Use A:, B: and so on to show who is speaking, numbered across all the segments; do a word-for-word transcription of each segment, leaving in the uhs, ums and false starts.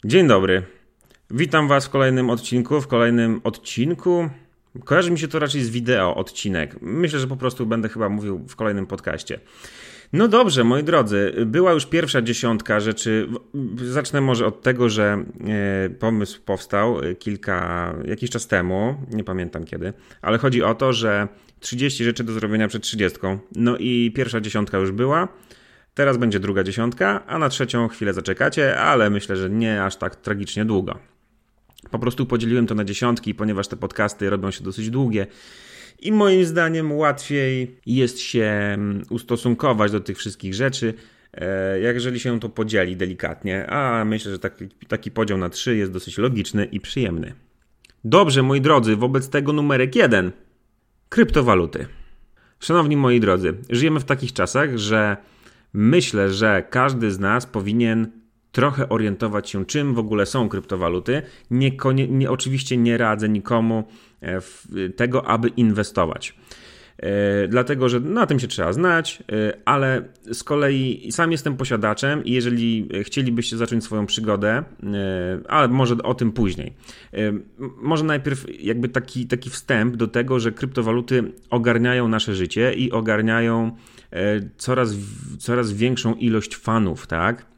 A: Dzień dobry. Witam Was w kolejnym odcinku. W kolejnym odcinku. Kojarzy mi się to raczej z wideo odcinek. Myślę, że po prostu będę chyba mówił w kolejnym podcaście. No dobrze, moi drodzy, była już pierwsza dziesiątka rzeczy. Zacznę może od tego, że pomysł powstał kilka, jakiś czas temu, nie pamiętam kiedy, ale chodzi o to, że trzydzieści rzeczy do zrobienia przed trzydziestką. No i pierwsza dziesiątka już była. Teraz będzie druga dziesiątka, a na trzecią chwilę zaczekacie, ale myślę, że nie aż tak tragicznie długo. Po prostu podzieliłem to na dziesiątki, ponieważ te podcasty robią się dosyć długie i moim zdaniem łatwiej jest się ustosunkować do tych wszystkich rzeczy, jak jeżeli się to podzieli delikatnie, a myślę, że taki, taki podział na trzy jest dosyć logiczny i przyjemny. Dobrze, moi drodzy, wobec tego numerek jeden. Kryptowaluty. Szanowni moi drodzy, żyjemy w takich czasach, że myślę, że każdy z nas powinien trochę orientować się, czym w ogóle są kryptowaluty. Nie, nie, oczywiście nie radzę nikomu w tego, aby inwestować. Yy, dlatego, że na tym się trzeba znać, yy, ale z kolei sam jestem posiadaczem i jeżeli chcielibyście zacząć swoją przygodę, yy, ale może o tym później. Yy, może najpierw jakby taki, taki wstęp do tego, że kryptowaluty ogarniają nasze życie i ogarniają yy, coraz, coraz większą ilość fanów, tak?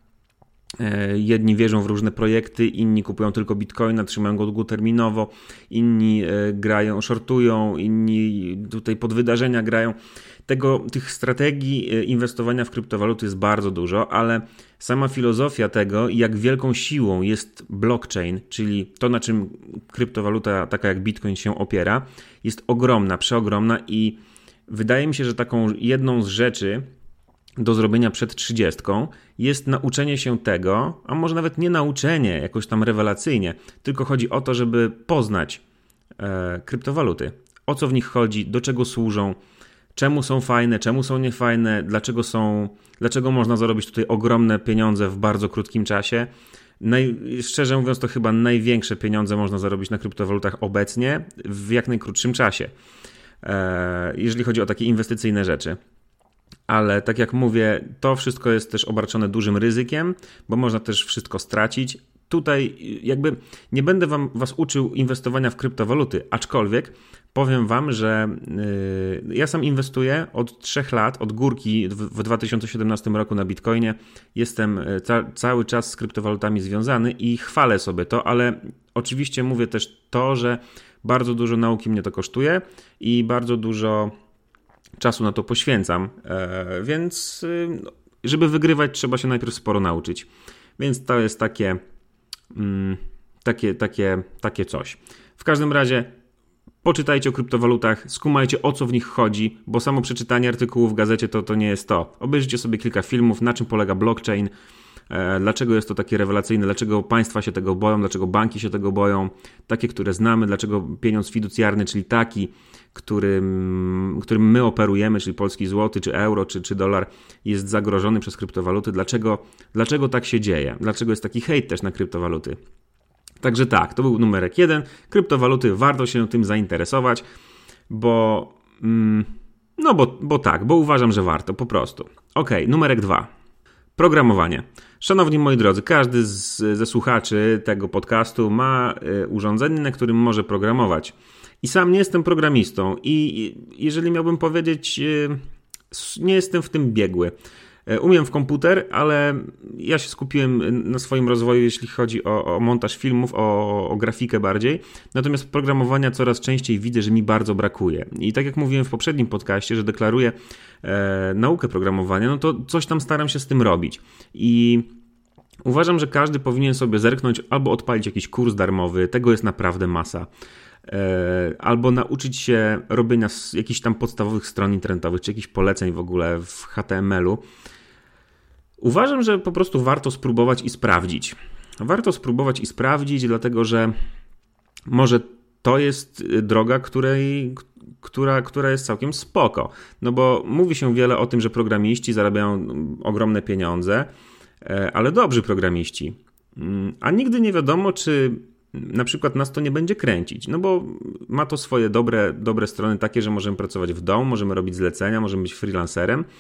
A: Jedni wierzą w różne projekty, inni kupują tylko bitcoina, trzymają go długoterminowo, inni grają, shortują, inni tutaj pod wydarzenia grają. Tego, tych strategii inwestowania w kryptowaluty jest bardzo dużo, ale sama filozofia tego, jak wielką siłą jest blockchain, czyli to, na czym kryptowaluta taka jak bitcoin się opiera, jest ogromna, przeogromna i wydaje mi się, że taką jedną z rzeczy do zrobienia przed trzydziestką jest nauczenie się tego, a może nawet nie nauczenie jakoś tam rewelacyjnie, tylko chodzi o to, żeby poznać e, kryptowaluty. O co w nich chodzi, do czego służą, czemu są fajne, czemu są niefajne, dlaczego są, dlaczego można zarobić tutaj ogromne pieniądze w bardzo krótkim czasie. Naj, szczerze mówiąc, to chyba największe pieniądze można zarobić na kryptowalutach obecnie w jak najkrótszym czasie, e, jeżeli chodzi o takie inwestycyjne rzeczy. Ale tak jak mówię, to wszystko jest też obarczone dużym ryzykiem, bo można też wszystko stracić. Tutaj jakby nie będę wam, was uczył inwestowania w kryptowaluty, aczkolwiek powiem wam, że yy, ja sam inwestuję od trzech lat, od górki w, w dwa tysiące siedemnastym roku na Bitcoinie. Jestem ca- cały czas z kryptowalutami związany i chwalę sobie to, ale oczywiście mówię też to, że bardzo dużo nauki mnie to kosztuje i bardzo dużo czasu na to poświęcam, więc żeby wygrywać, trzeba się najpierw sporo nauczyć. Więc to jest takie, takie, takie, takie coś. W każdym razie poczytajcie o kryptowalutach, skumajcie, o co w nich chodzi, bo samo przeczytanie artykułów w gazecie to, to nie jest to. Obejrzyjcie sobie kilka filmów, na czym polega blockchain, dlaczego jest to takie rewelacyjne, dlaczego państwa się tego boją, dlaczego banki się tego boją, takie, które znamy, dlaczego pieniądz fiducjarny, czyli taki, którym, którym my operujemy, czyli polski złoty, czy euro, czy, czy dolar, jest zagrożony przez kryptowaluty. Dlaczego, dlaczego tak się dzieje? Dlaczego jest taki hejt też na kryptowaluty? Także tak, to był numerek jeden. Kryptowaluty, warto się tym zainteresować, bo mm, no bo, bo tak, bo uważam, że warto, po prostu. Ok, numerek dwa. Programowanie. Szanowni moi drodzy, każdy z, ze słuchaczy tego podcastu ma y, urządzenie, na którym może programować. I sam nie jestem programistą i jeżeli miałbym powiedzieć, nie jestem w tym biegły. Umiem w komputer, ale ja się skupiłem na swoim rozwoju, jeśli chodzi o, o montaż filmów, o, o grafikę bardziej. Natomiast programowania coraz częściej widzę, że mi bardzo brakuje. I tak jak mówiłem w poprzednim podcaście, że deklaruję e, naukę programowania, no to coś tam staram się z tym robić. I uważam, że każdy powinien sobie zerknąć albo odpalić jakiś kurs darmowy, tego jest naprawdę masa. Albo nauczyć się robienia jakichś tam podstawowych stron internetowych, czy jakichś poleceń w ogóle w H T M L u. Uważam, że po prostu warto spróbować i sprawdzić. Warto spróbować i sprawdzić, dlatego że może to jest droga, której, która, która jest całkiem spoko. No bo mówi się wiele o tym, że programiści zarabiają ogromne pieniądze, ale dobrzy programiści. A nigdy nie wiadomo, czy na przykład nas to nie będzie kręcić, no bo ma to swoje dobre, dobre strony takie, że możemy pracować w domu, możemy robić zlecenia, możemy być freelancerem,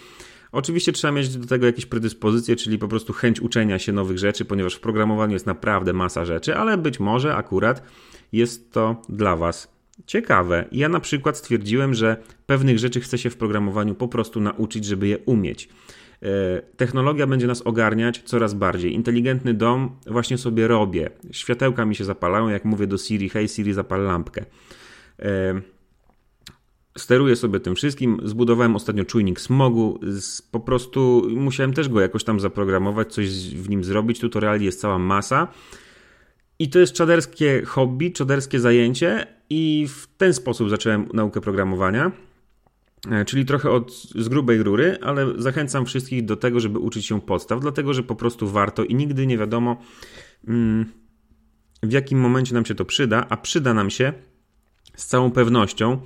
A: Oczywiście trzeba mieć do tego jakieś predyspozycje, czyli po prostu chęć uczenia się nowych rzeczy, ponieważ w programowaniu jest naprawdę masa rzeczy, ale być może akurat jest to dla Was ciekawe. Ja na przykład stwierdziłem, że pewnych rzeczy chcę się w programowaniu po prostu nauczyć, żeby je umieć. Technologia będzie nas ogarniać coraz bardziej. Inteligentny dom właśnie sobie robię. Światełka mi się zapalają, jak mówię do Siri, hej Siri, zapal lampkę. Steruję sobie tym wszystkim. Zbudowałem ostatnio czujnik smogu. Po prostu musiałem też go jakoś tam zaprogramować, coś w nim zrobić. Tutoriali jest cała masa. I to jest czaderskie hobby, czaderskie zajęcie i w ten sposób zacząłem naukę programowania. Czyli trochę od, z grubej rury, ale zachęcam wszystkich do tego, żeby uczyć się podstaw, dlatego że po prostu warto i nigdy nie wiadomo, w jakim momencie nam się to przyda, a przyda nam się z całą pewnością,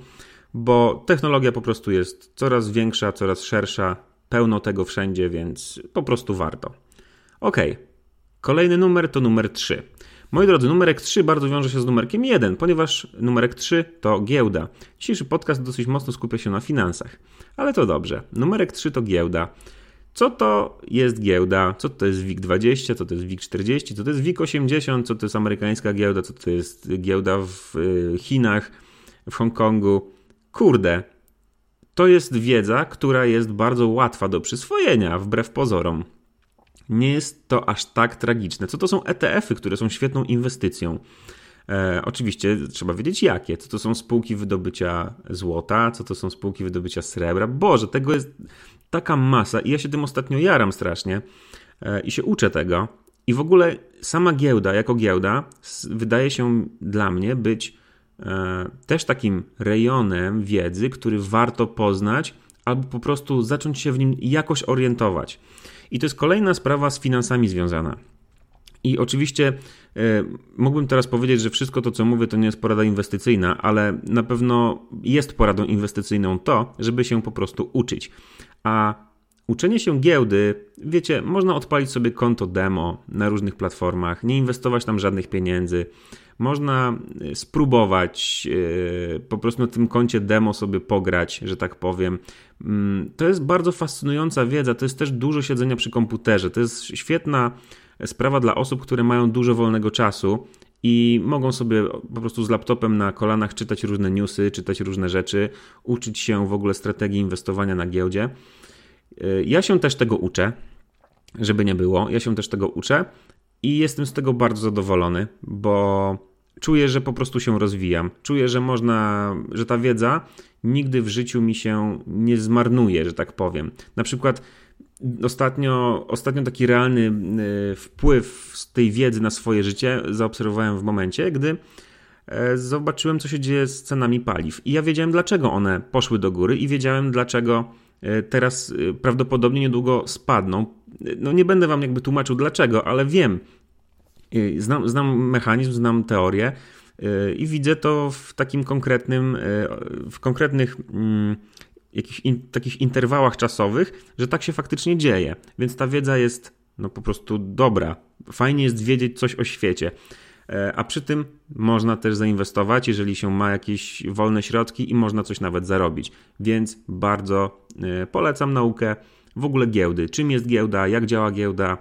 A: bo technologia po prostu jest coraz większa, coraz szersza, pełno tego wszędzie, więc po prostu warto. Ok, kolejny numer to numer trzy. Moi drodzy, numerek trzy bardzo wiąże się z numerkiem jeden, ponieważ numerek trzy to giełda. Dzisiejszy podcast dosyć mocno skupia się na finansach, ale to dobrze. Numerek trzy to giełda. Co to jest giełda? Co to jest W I G dwadzieścia? Co to jest W I G czterdzieści? Co to jest W I G osiemdziesiąt? Co to jest amerykańska giełda? Co to jest giełda w Chinach, w Hongkongu? Kurde, to jest wiedza, która jest bardzo łatwa do przyswojenia, wbrew pozorom. Nie jest to aż tak tragiczne. Co to są E T F-y, które są świetną inwestycją? E, oczywiście trzeba wiedzieć jakie. Co to są spółki wydobycia złota, co to są spółki wydobycia srebra. Boże, tego jest taka masa i ja się tym ostatnio jaram strasznie e, i się uczę tego. I w ogóle sama giełda jako giełda wydaje się dla mnie być e, też takim rejonem wiedzy, który warto poznać albo po prostu zacząć się w nim jakoś orientować. I to jest kolejna sprawa z finansami związana. I oczywiście y, mógłbym teraz powiedzieć, że wszystko to, co mówię, to nie jest porada inwestycyjna, ale na pewno jest poradą inwestycyjną to, żeby się po prostu uczyć. A uczenie się giełdy, wiecie, można odpalić sobie konto demo na różnych platformach, nie inwestować tam żadnych pieniędzy. Można spróbować yy, po prostu na tym koncie demo sobie pograć, że tak powiem. Yy, to jest bardzo fascynująca wiedza, to jest też dużo siedzenia przy komputerze. To jest świetna sprawa dla osób, które mają dużo wolnego czasu i mogą sobie po prostu z laptopem na kolanach czytać różne newsy, czytać różne rzeczy, uczyć się w ogóle strategii inwestowania na giełdzie. Yy, ja się też tego uczę, żeby nie było. Ja się też tego uczę i jestem z tego bardzo zadowolony, bo czuję, że po prostu się rozwijam. Czuję, że można, że ta wiedza nigdy w życiu mi się nie zmarnuje, że tak powiem. Na przykład ostatnio, ostatnio taki realny wpływ z tej wiedzy na swoje życie zaobserwowałem w momencie, gdy zobaczyłem, co się dzieje z cenami paliw. I ja wiedziałem, dlaczego one poszły do góry i wiedziałem, dlaczego teraz prawdopodobnie niedługo spadną. No nie będę wam jakby tłumaczył dlaczego, ale wiem, Znam, znam mechanizm, znam teorię i widzę to w takim konkretnym, w konkretnych jakichś in, takich interwałach czasowych, że tak się faktycznie dzieje. Więc ta wiedza jest no po prostu dobra. Fajnie jest wiedzieć coś o świecie. A przy tym można też zainwestować, jeżeli się ma jakieś wolne środki i można coś nawet zarobić. Więc bardzo polecam naukę w ogóle giełdy. Czym jest giełda, jak działa giełda.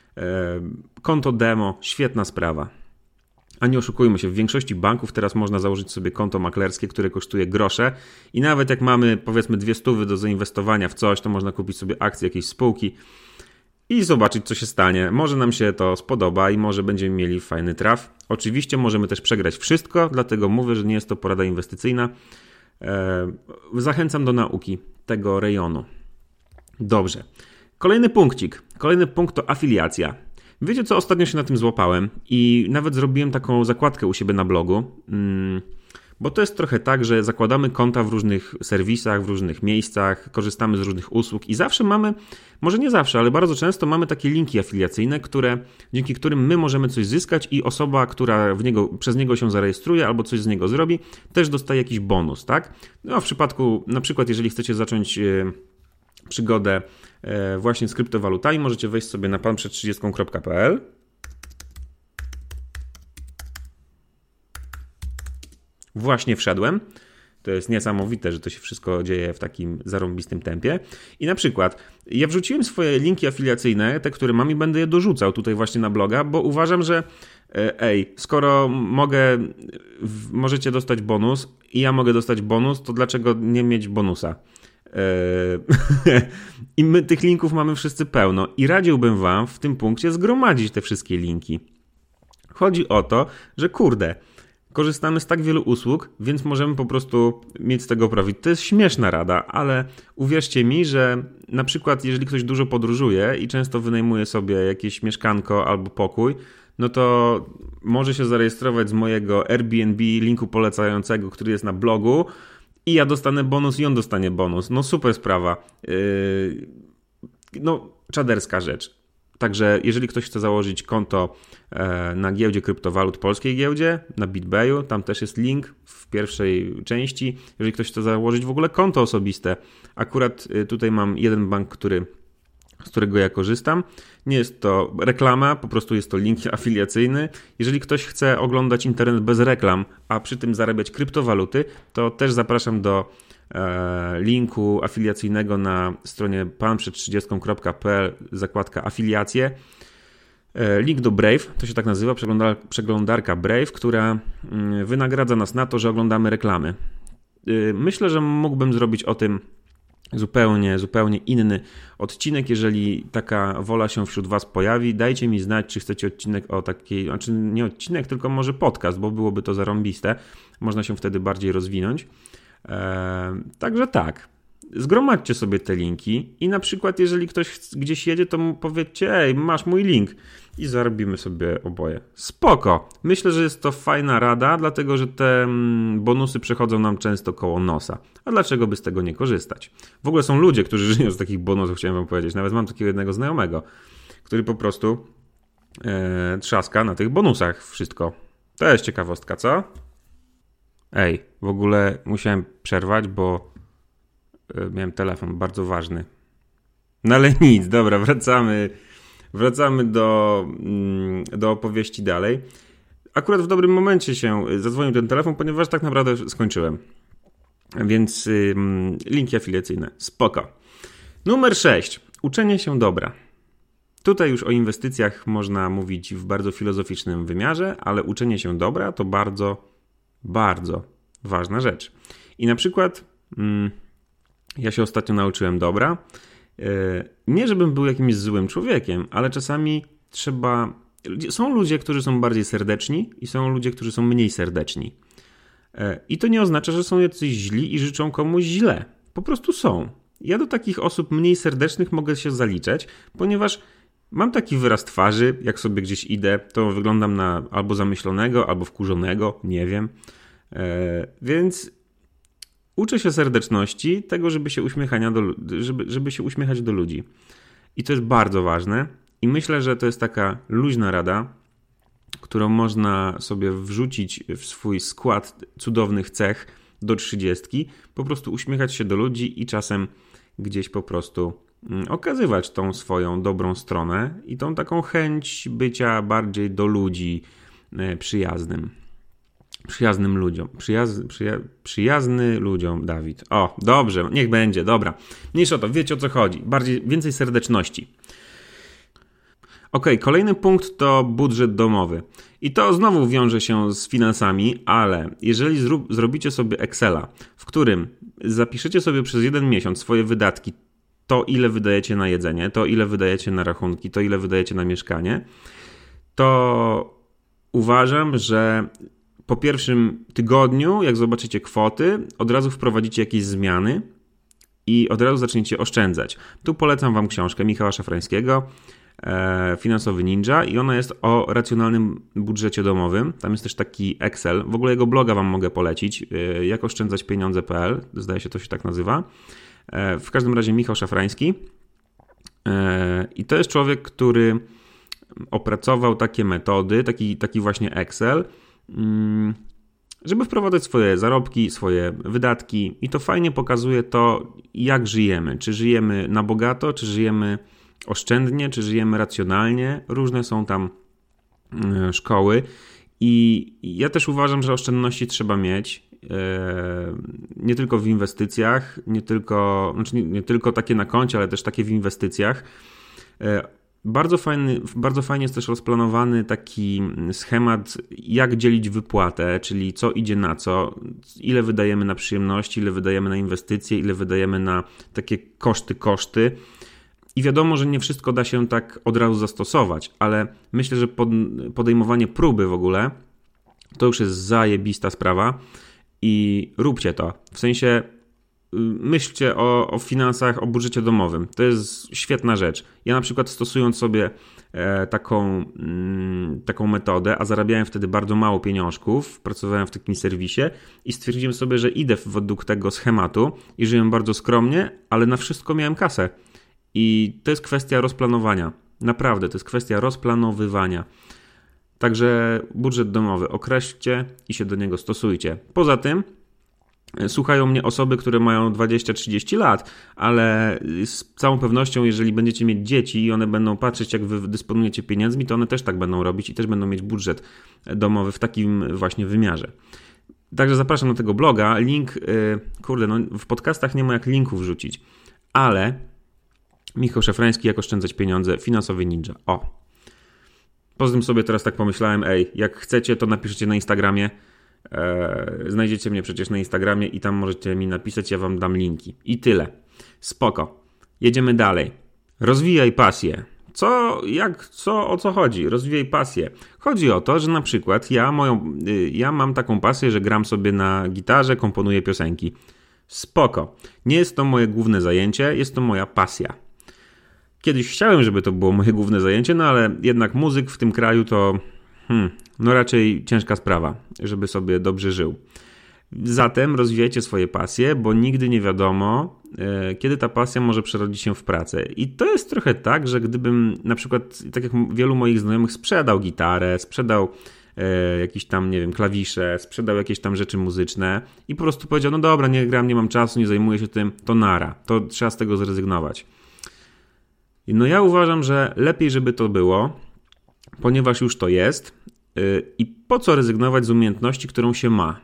A: Konto demo, świetna sprawa. A nie oszukujmy się, w większości banków teraz można założyć sobie konto maklerskie, które kosztuje grosze i nawet jak mamy powiedzmy dwie stówy do zainwestowania w coś, to można kupić sobie akcje jakiejś spółki i zobaczyć, co się stanie. Może nam się to spodoba i może będziemy mieli fajny traf. Oczywiście możemy też przegrać wszystko, dlatego mówię, że nie jest to porada inwestycyjna. Zachęcam do nauki tego rejonu. Dobrze. Kolejny punkcik. Kolejny punkt to afiliacja. Wiecie co, ostatnio się na tym złapałem i nawet zrobiłem taką zakładkę u siebie na blogu, bo to jest trochę tak, że zakładamy konta w różnych serwisach, w różnych miejscach, korzystamy z różnych usług i zawsze mamy, może nie zawsze, ale bardzo często mamy takie linki afiliacyjne, które, dzięki którym my możemy coś zyskać i osoba, która w niego, przez niego się zarejestruje albo coś z niego zrobi, też dostaje jakiś bonus, tak? No w przypadku, na przykład jeżeli chcecie zacząć przygodę właśnie z kryptowalutami, możecie wejść sobie na pan przed trzydziestką kropka p l. Właśnie wszedłem. To jest niesamowite, że to się wszystko dzieje w takim zarąbistym tempie. I na przykład ja wrzuciłem swoje linki afiliacyjne, te, które mam i będę je dorzucał tutaj właśnie na bloga, bo uważam, że ej, skoro mogę, możecie dostać bonus i ja mogę dostać bonus, to dlaczego nie mieć bonusa? I my tych linków mamy wszyscy pełno i radziłbym wam w tym punkcie zgromadzić te wszystkie linki. Chodzi o to, że kurde, korzystamy z tak wielu usług, więc możemy po prostu mieć z tego profit. To jest śmieszna rada, ale uwierzcie mi, że na przykład jeżeli ktoś dużo podróżuje i często wynajmuje sobie jakieś mieszkanko albo pokój, no to może się zarejestrować z mojego Airbnb linku polecającego, który jest na blogu i ja dostanę bonus i on dostanie bonus. No super sprawa. Yy, no czaderska rzecz. Także jeżeli ktoś chce założyć konto na giełdzie kryptowalut, polskiej giełdzie, na BitBayu, tam też jest link w pierwszej części. Jeżeli ktoś chce założyć w ogóle konto osobiste, akurat tutaj mam jeden bank, który, z którego ja korzystam. Nie jest to reklama, po prostu jest to link afiliacyjny. Jeżeli ktoś chce oglądać internet bez reklam, a przy tym zarabiać kryptowaluty, to też zapraszam do linku afiliacyjnego na stronie pan przed trzydziestką kropka p l, zakładka afiliacje. Link do Brave, to się tak nazywa, przeglądarka Brave, która wynagradza nas na to, że oglądamy reklamy. Myślę, że mógłbym zrobić o tym zupełnie, zupełnie inny odcinek, jeżeli taka wola się wśród was pojawi. Dajcie mi znać, czy chcecie odcinek o takiej, znaczy nie odcinek, tylko może podcast, bo byłoby to zarąbiste. Można się wtedy bardziej rozwinąć. Eee, także tak, zgromadźcie sobie te linki i na przykład jeżeli ktoś gdzieś jedzie, to mu powiedzcie, ej, masz mój link i zarobimy sobie oboje. Spoko! Myślę, że jest to fajna rada, dlatego że te bonusy przechodzą nam często koło nosa. A dlaczego by z tego nie korzystać? W ogóle są ludzie, którzy żyją z takich bonusów, chciałem wam powiedzieć. Nawet mam takiego jednego znajomego, który po prostu e, trzaska na tych bonusach wszystko. To jest ciekawostka, co? Ej, w ogóle musiałem przerwać, bo miałem telefon bardzo ważny. No ale nic, dobra, wracamy, wracamy do, do opowieści dalej. Akurat w dobrym momencie się zadzwonił ten telefon, ponieważ tak naprawdę skończyłem. Więc ym, linki afiliacyjne, spoko. Numer sześć. Uczenie się dobra. Tutaj już o inwestycjach można mówić w bardzo filozoficznym wymiarze, ale uczenie się dobra to bardzo... Bardzo ważna rzecz. I na przykład mm, ja się ostatnio nauczyłem dobra. Yy, nie, żebym był jakimś złym człowiekiem, ale czasami trzeba... Są ludzie, którzy są bardziej serdeczni i są ludzie, którzy są mniej serdeczni. Yy, I to nie oznacza, że są jacyś źli i życzą komuś źle. Po prostu są. Ja do takich osób mniej serdecznych mogę się zaliczać, ponieważ mam taki wyraz twarzy, jak sobie gdzieś idę, to wyglądam na albo zamyślonego, albo wkurzonego, nie wiem. E, więc uczę się serdeczności, tego, żeby się, uśmiechania do, żeby, żeby się uśmiechać do ludzi. I to jest bardzo ważne. I myślę, że to jest taka luźna rada, którą można sobie wrzucić w swój skład cudownych cech do trzydziestki. Po prostu uśmiechać się do ludzi i czasem gdzieś po prostu okazywać tą swoją dobrą stronę i tą taką chęć bycia bardziej do ludzi przyjaznym. Przyjaznym ludziom. Przyjaz, przyja, przyjazny ludziom, Dawid. O, dobrze, niech będzie, dobra. Mniejsza o to, wiecie o co chodzi. Bardziej, więcej serdeczności. Ok, kolejny punkt to budżet domowy. I to znowu wiąże się z finansami, ale jeżeli zrób, zrobicie sobie Excela, w którym zapiszecie sobie przez jeden miesiąc swoje wydatki, to ile wydajecie na jedzenie, to ile wydajecie na rachunki, to ile wydajecie na mieszkanie, to uważam, że po pierwszym tygodniu, jak zobaczycie kwoty, od razu wprowadzicie jakieś zmiany i od razu zaczniecie oszczędzać. Tu polecam wam książkę Michała Szafrańskiego, Finansowy Ninja, i ona jest o racjonalnym budżecie domowym. Tam jest też taki Excel. W ogóle jego bloga wam mogę polecić, jak oszczędzać pieniądze kropka p l. Zdaje się, to się tak nazywa. W każdym razie Michał Szafrański. I to jest człowiek, który opracował takie metody, taki, taki właśnie Excel, żeby wprowadzać swoje zarobki, swoje wydatki, i to fajnie pokazuje to, jak żyjemy. Czy żyjemy na bogato, czy żyjemy oszczędnie, czy żyjemy racjonalnie. Różne są tam szkoły i ja też uważam, że oszczędności trzeba mieć. nie tylko w inwestycjach, nie tylko, znaczy nie, nie tylko takie na koncie, ale też takie w inwestycjach. Bardzo fajny, bardzo fajnie jest też rozplanowany taki schemat, jak dzielić wypłatę, czyli co idzie na co, ile wydajemy na przyjemności, ile wydajemy na inwestycje, ile wydajemy na takie koszty, koszty. I wiadomo, że nie wszystko da się tak od razu zastosować, ale myślę, że podejmowanie próby w ogóle to już jest zajebista sprawa i róbcie to. W sensie myślcie o, o finansach, o budżecie domowym. To jest świetna rzecz. Ja na przykład stosując sobie e, taką, mm, taką metodę, a zarabiałem wtedy bardzo mało pieniążków, pracowałem w takim serwisie i stwierdziłem sobie, że idę według tego schematu i żyłem bardzo skromnie, ale na wszystko miałem kasę. I to jest kwestia rozplanowania. Naprawdę, to jest kwestia rozplanowywania. Także budżet domowy określcie i się do niego stosujcie. Poza tym słuchają mnie osoby, które mają dwadzieścia trzydzieści lat, ale z całą pewnością, jeżeli będziecie mieć dzieci i one będą patrzeć, jak wy dysponujecie pieniędzmi, to one też tak będą robić i też będą mieć budżet domowy w takim właśnie wymiarze. Także zapraszam na tego bloga. Link, kurde, no w podcastach nie ma jak linków wrzucić, ale Michał Szafrański, jak oszczędzać pieniądze, finansowy ninja. O! Poza tym sobie teraz tak pomyślałem, ej, jak chcecie, to napiszecie na Instagramie. Eee, znajdziecie mnie przecież na Instagramie i tam możecie mi napisać, ja wam dam linki. I tyle. Spoko. Jedziemy dalej. Rozwijaj pasję. Co, jak, co, o co chodzi? Rozwijaj pasję. Chodzi o to, że na przykład ja, moją, y, ja mam taką pasję, że gram sobie na gitarze, komponuję piosenki. Spoko. Nie jest to moje główne zajęcie, jest to moja pasja. Kiedyś chciałem, żeby to było moje główne zajęcie, no ale jednak muzyk w tym kraju to hmm, no raczej ciężka sprawa, żeby sobie dobrze żył. Zatem rozwijajcie swoje pasje, bo nigdy nie wiadomo, e, kiedy ta pasja może przerodzić się w pracę. I to jest trochę tak, że gdybym na przykład, tak jak wielu moich znajomych, sprzedał gitarę, sprzedał e, jakieś tam, nie wiem, klawisze, sprzedał jakieś tam rzeczy muzyczne i po prostu powiedział, no dobra, nie gram, nie mam czasu, nie zajmuję się tym, to nara, to trzeba z tego zrezygnować. No ja uważam, że lepiej, żeby to było, ponieważ już to jest yy, i po co rezygnować z umiejętności, którą się ma.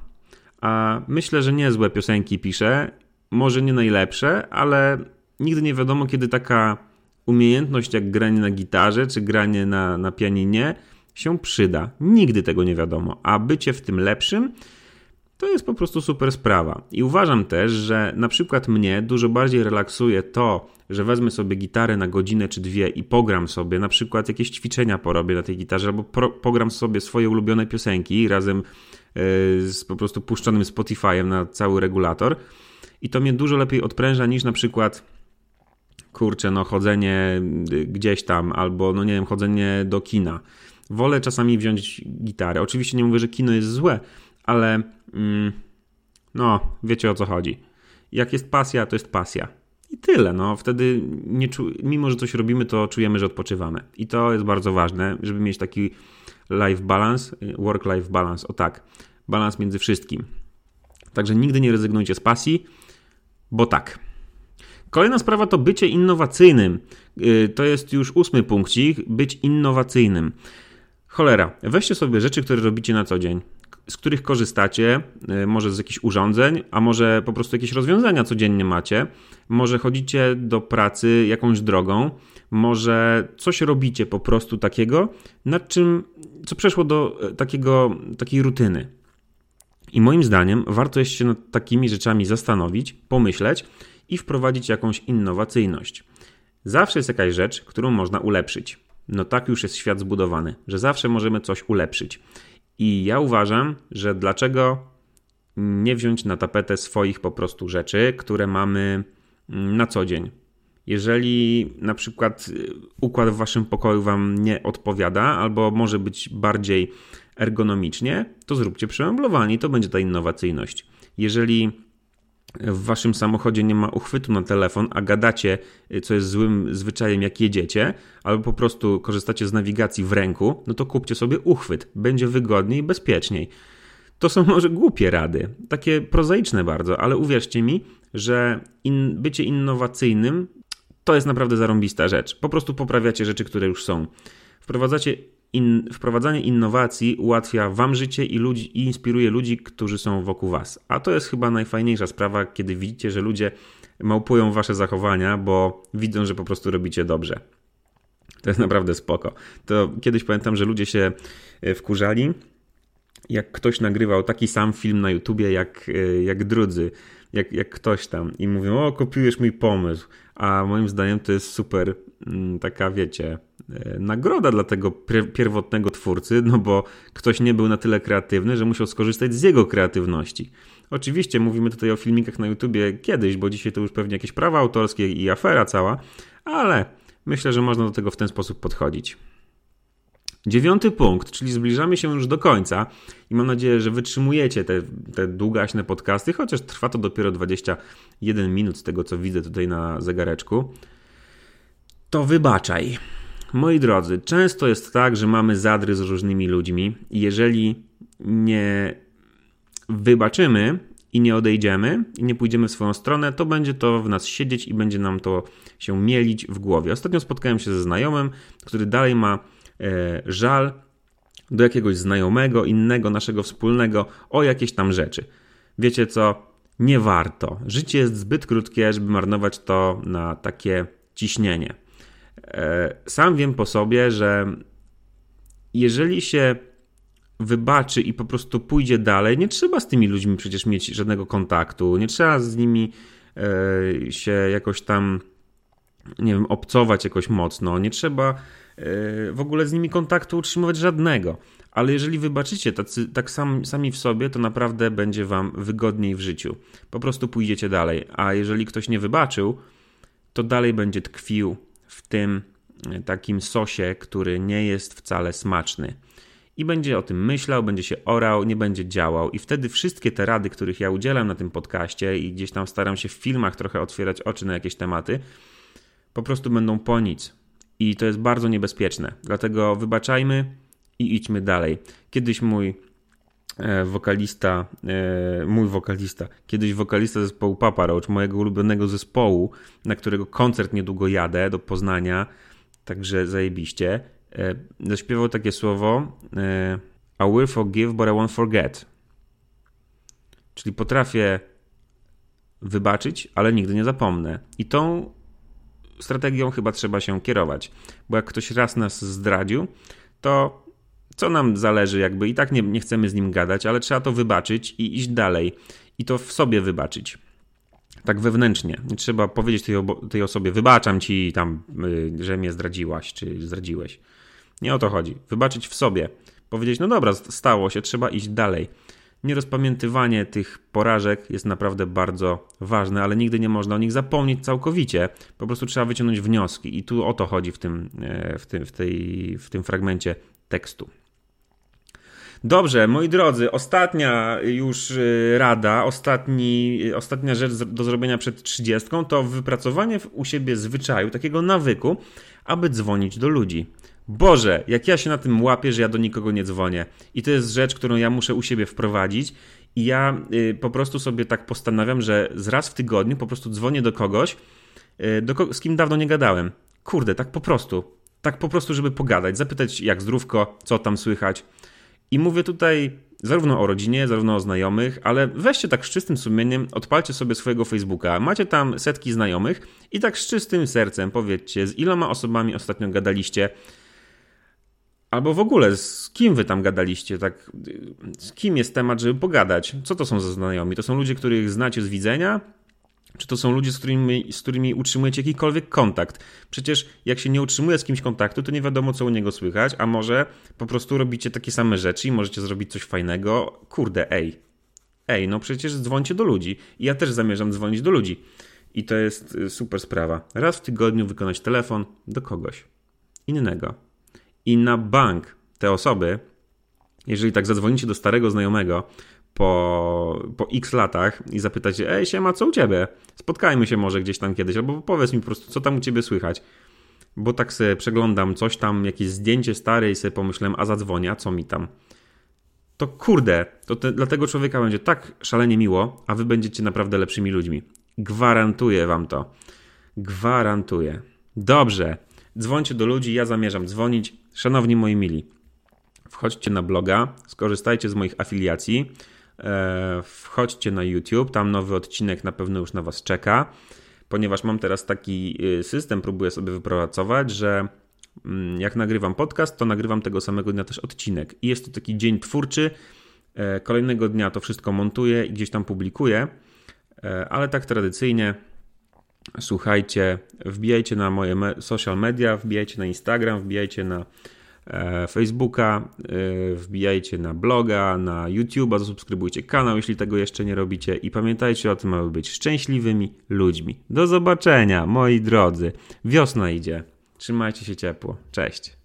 A: A myślę, że niezłe piosenki piszę, może nie najlepsze, ale nigdy nie wiadomo, kiedy taka umiejętność jak granie na gitarze czy granie na, na pianinie się przyda. Nigdy tego nie wiadomo, a bycie w tym lepszym to jest po prostu super sprawa. I uważam też, że na przykład mnie dużo bardziej relaksuje to, że wezmę sobie gitarę na godzinę czy dwie i pogram sobie, na przykład jakieś ćwiczenia porobię na tej gitarze, albo pro, pogram sobie swoje ulubione piosenki razem yy, z po prostu puszczonym Spotify'em na cały regulator. I to mnie dużo lepiej odpręża niż na przykład kurczę, no chodzenie gdzieś tam, albo no nie wiem, chodzenie do kina. Wolę czasami wziąć gitarę. Oczywiście nie mówię, że kino jest złe, ale mm, no, wiecie o co chodzi. Jak jest pasja, to jest pasja. I tyle, no. Wtedy nie czu- mimo, że coś robimy, to czujemy, że odpoczywamy. I to jest bardzo ważne, żeby mieć taki life balance, work-life balance. O tak, balans między wszystkim. Także nigdy nie rezygnujcie z pasji, bo tak. Kolejna sprawa to bycie innowacyjnym. To jest już ósmy punkcik, być innowacyjnym. Cholera, weźcie sobie rzeczy, które robicie na co dzień, z których korzystacie, może z jakichś urządzeń, a może po prostu jakieś rozwiązania codziennie macie, może chodzicie do pracy jakąś drogą, może coś robicie po prostu takiego, nad czym, co przeszło do takiego, takiej rutyny. I moim zdaniem warto jest się nad takimi rzeczami zastanowić, pomyśleć i wprowadzić jakąś innowacyjność. Zawsze jest jakaś rzecz, którą można ulepszyć. No tak już jest świat zbudowany, że zawsze możemy coś ulepszyć. I ja uważam, że dlaczego nie wziąć na tapetę swoich po prostu rzeczy, które mamy na co dzień. Jeżeli na przykład układ w waszym pokoju wam nie odpowiada, albo może być bardziej ergonomicznie, to zróbcie przemeblowanie i to będzie ta innowacyjność. Jeżeli w waszym samochodzie nie ma uchwytu na telefon, a gadacie, co jest złym zwyczajem, jak jedziecie, albo po prostu korzystacie z nawigacji w ręku, no to kupcie sobie uchwyt. Będzie wygodniej i bezpieczniej. To są może głupie rady, takie prozaiczne bardzo, ale uwierzcie mi, że in, bycie innowacyjnym to jest naprawdę zarąbista rzecz. Po prostu poprawiacie rzeczy, które już są. Wprowadzacie in, wprowadzanie innowacji ułatwia wam życie i, ludzi, i inspiruje ludzi, którzy są wokół was. A to jest chyba najfajniejsza sprawa, kiedy widzicie, że ludzie małpują wasze zachowania, bo widzą, że po prostu robicie dobrze. To jest naprawdę spoko. To kiedyś pamiętam, że ludzie się wkurzali, jak ktoś nagrywał taki sam film na YouTubie jak, jak drudzy, jak, jak ktoś tam i mówią, o, kopiujesz mój pomysł, a moim zdaniem to jest super taka, wiecie, nagroda dla tego pierwotnego twórcy, no bo ktoś nie był na tyle kreatywny, że musiał skorzystać z jego kreatywności. Oczywiście mówimy tutaj o filmikach na YouTubie kiedyś, bo dzisiaj to już pewnie jakieś prawa autorskie i afera cała, ale myślę, że można do tego w ten sposób podchodzić. Dziewiąty punkt, czyli zbliżamy się już do końca i mam nadzieję, że wytrzymujecie te, te długaśne podcasty, chociaż trwa to dopiero dwadzieścia jeden minut z tego, co widzę tutaj na zegareczku. To wybaczaj. Moi drodzy, często jest tak, że mamy zadry z różnymi ludźmi i jeżeli nie wybaczymy i nie odejdziemy i nie pójdziemy w swoją stronę, to będzie to w nas siedzieć i będzie nam to się mielić w głowie. Ostatnio spotkałem się ze znajomym, który dalej ma e, żal do jakiegoś znajomego, innego, naszego wspólnego o jakieś tam rzeczy. Wiecie co? Nie warto. Życie jest zbyt krótkie, żeby marnować to na takie ciśnienie. E, sam wiem po sobie, że jeżeli się wybaczy i po prostu pójdzie dalej, nie trzeba z tymi ludźmi przecież mieć żadnego kontaktu, nie trzeba z nimi e, się jakoś tam, nie wiem, obcować jakoś mocno, nie trzeba e, w ogóle z nimi kontaktu utrzymywać żadnego, ale jeżeli wybaczycie tacy, tak sam, sami w sobie, to naprawdę będzie wam wygodniej w życiu. Po prostu pójdziecie dalej, a jeżeli ktoś nie wybaczył, to dalej będzie tkwił w tym takim sosie, który nie jest wcale smaczny. I będzie o tym myślał, będzie się orał, nie będzie działał. I wtedy wszystkie te rady, których ja udzielam na tym podcaście i gdzieś tam staram się w filmach trochę otwierać oczy na jakieś tematy, po prostu będą po nic. I to jest bardzo niebezpieczne. Dlatego wybaczajmy i idźmy dalej. Kiedyś mój e, wokalista, e, mój wokalista, kiedyś wokalista zespołu Papa Roach, mojego ulubionego zespołu, na którego koncert niedługo jadę do Poznania, także zajebiście, zaśpiewał takie słowo I will forgive, but I won't forget. Czyli potrafię wybaczyć, ale nigdy nie zapomnę. I tą strategią chyba trzeba się kierować. Bo jak ktoś raz nas zdradził, to co nam zależy jakby? I tak nie, nie chcemy z nim gadać, ale trzeba to wybaczyć i iść dalej. I to w sobie wybaczyć. Tak wewnętrznie. Nie trzeba powiedzieć tej, obo- tej osobie, wybaczam ci tam, yy, że mnie zdradziłaś, czy zdradziłeś. Nie o to chodzi. Wybaczyć w sobie. Powiedzieć, no dobra, stało się, trzeba iść dalej. Nierozpamiętywanie tych porażek jest naprawdę bardzo ważne, ale nigdy nie można o nich zapomnieć całkowicie. Po prostu trzeba wyciągnąć wnioski i tu o to chodzi w tym, w tym, w tej, w tym fragmencie tekstu. Dobrze, moi drodzy, ostatnia już rada, ostatni, ostatnia rzecz do zrobienia przed trzydziestką to wypracowanie u siebie zwyczaju, takiego nawyku, aby dzwonić do ludzi. Boże, jak ja się na tym łapię, że ja do nikogo nie dzwonię. I to jest rzecz, którą ja muszę u siebie wprowadzić i ja y, po prostu sobie tak postanawiam, że z raz w tygodniu po prostu dzwonię do kogoś, y, do ko- z kim dawno nie gadałem. Kurde, tak po prostu. Tak po prostu, żeby pogadać, zapytać jak zdrówko, co tam słychać. I mówię tutaj zarówno o rodzinie, zarówno o znajomych, ale weźcie tak z czystym sumieniem, odpalcie sobie swojego Facebooka. Macie tam setki znajomych i tak z czystym sercem powiedzcie, z iloma osobami ostatnio gadaliście, albo w ogóle z kim wy tam gadaliście, tak, z kim jest temat, żeby pogadać. Co to są za znajomi? To są ludzie, których znacie z widzenia? Czy to są ludzie, z którymi, z którymi utrzymujecie jakikolwiek kontakt? Przecież jak się nie utrzymuje z kimś kontaktu, to nie wiadomo, co u niego słychać, a może po prostu robicie takie same rzeczy i możecie zrobić coś fajnego. Kurde, ej. Ej, no przecież dzwońcie do ludzi. I ja też zamierzam dzwonić do ludzi. I to jest super sprawa. Raz w tygodniu wykonać telefon do kogoś innego. I na bank te osoby, jeżeli tak zadzwonicie do starego znajomego po, po x latach i zapytacie, ej siema, co u ciebie? Spotkajmy się może gdzieś tam kiedyś, albo powiedz mi po prostu, co tam u ciebie słychać. Bo tak sobie przeglądam coś tam, jakieś zdjęcie stare i sobie pomyślałem, a zadzwonię, a co mi tam? To kurde, to te, dla tego człowieka będzie tak szalenie miło, a wy będziecie naprawdę lepszymi ludźmi. Gwarantuję wam to. Gwarantuję. Dobrze. Dzwońcie do ludzi, ja zamierzam dzwonić. Szanowni moi mili, wchodźcie na bloga, skorzystajcie z moich afiliacji, wchodźcie na YouTube, tam nowy odcinek na pewno już na Was czeka, ponieważ mam teraz taki system, próbuję sobie wypracować, że jak nagrywam podcast, to nagrywam tego samego dnia też odcinek i jest to taki dzień twórczy, kolejnego dnia to wszystko montuję i gdzieś tam publikuję, ale tak tradycyjnie słuchajcie, wbijajcie na moje social media, wbijajcie na Instagram, wbijajcie na Facebooka, wbijajcie na bloga, na YouTube'a, zasubskrybujcie kanał, jeśli tego jeszcze nie robicie i pamiętajcie o tym, aby być szczęśliwymi ludźmi. Do zobaczenia, moi drodzy. Wiosna idzie. Trzymajcie się ciepło. Cześć.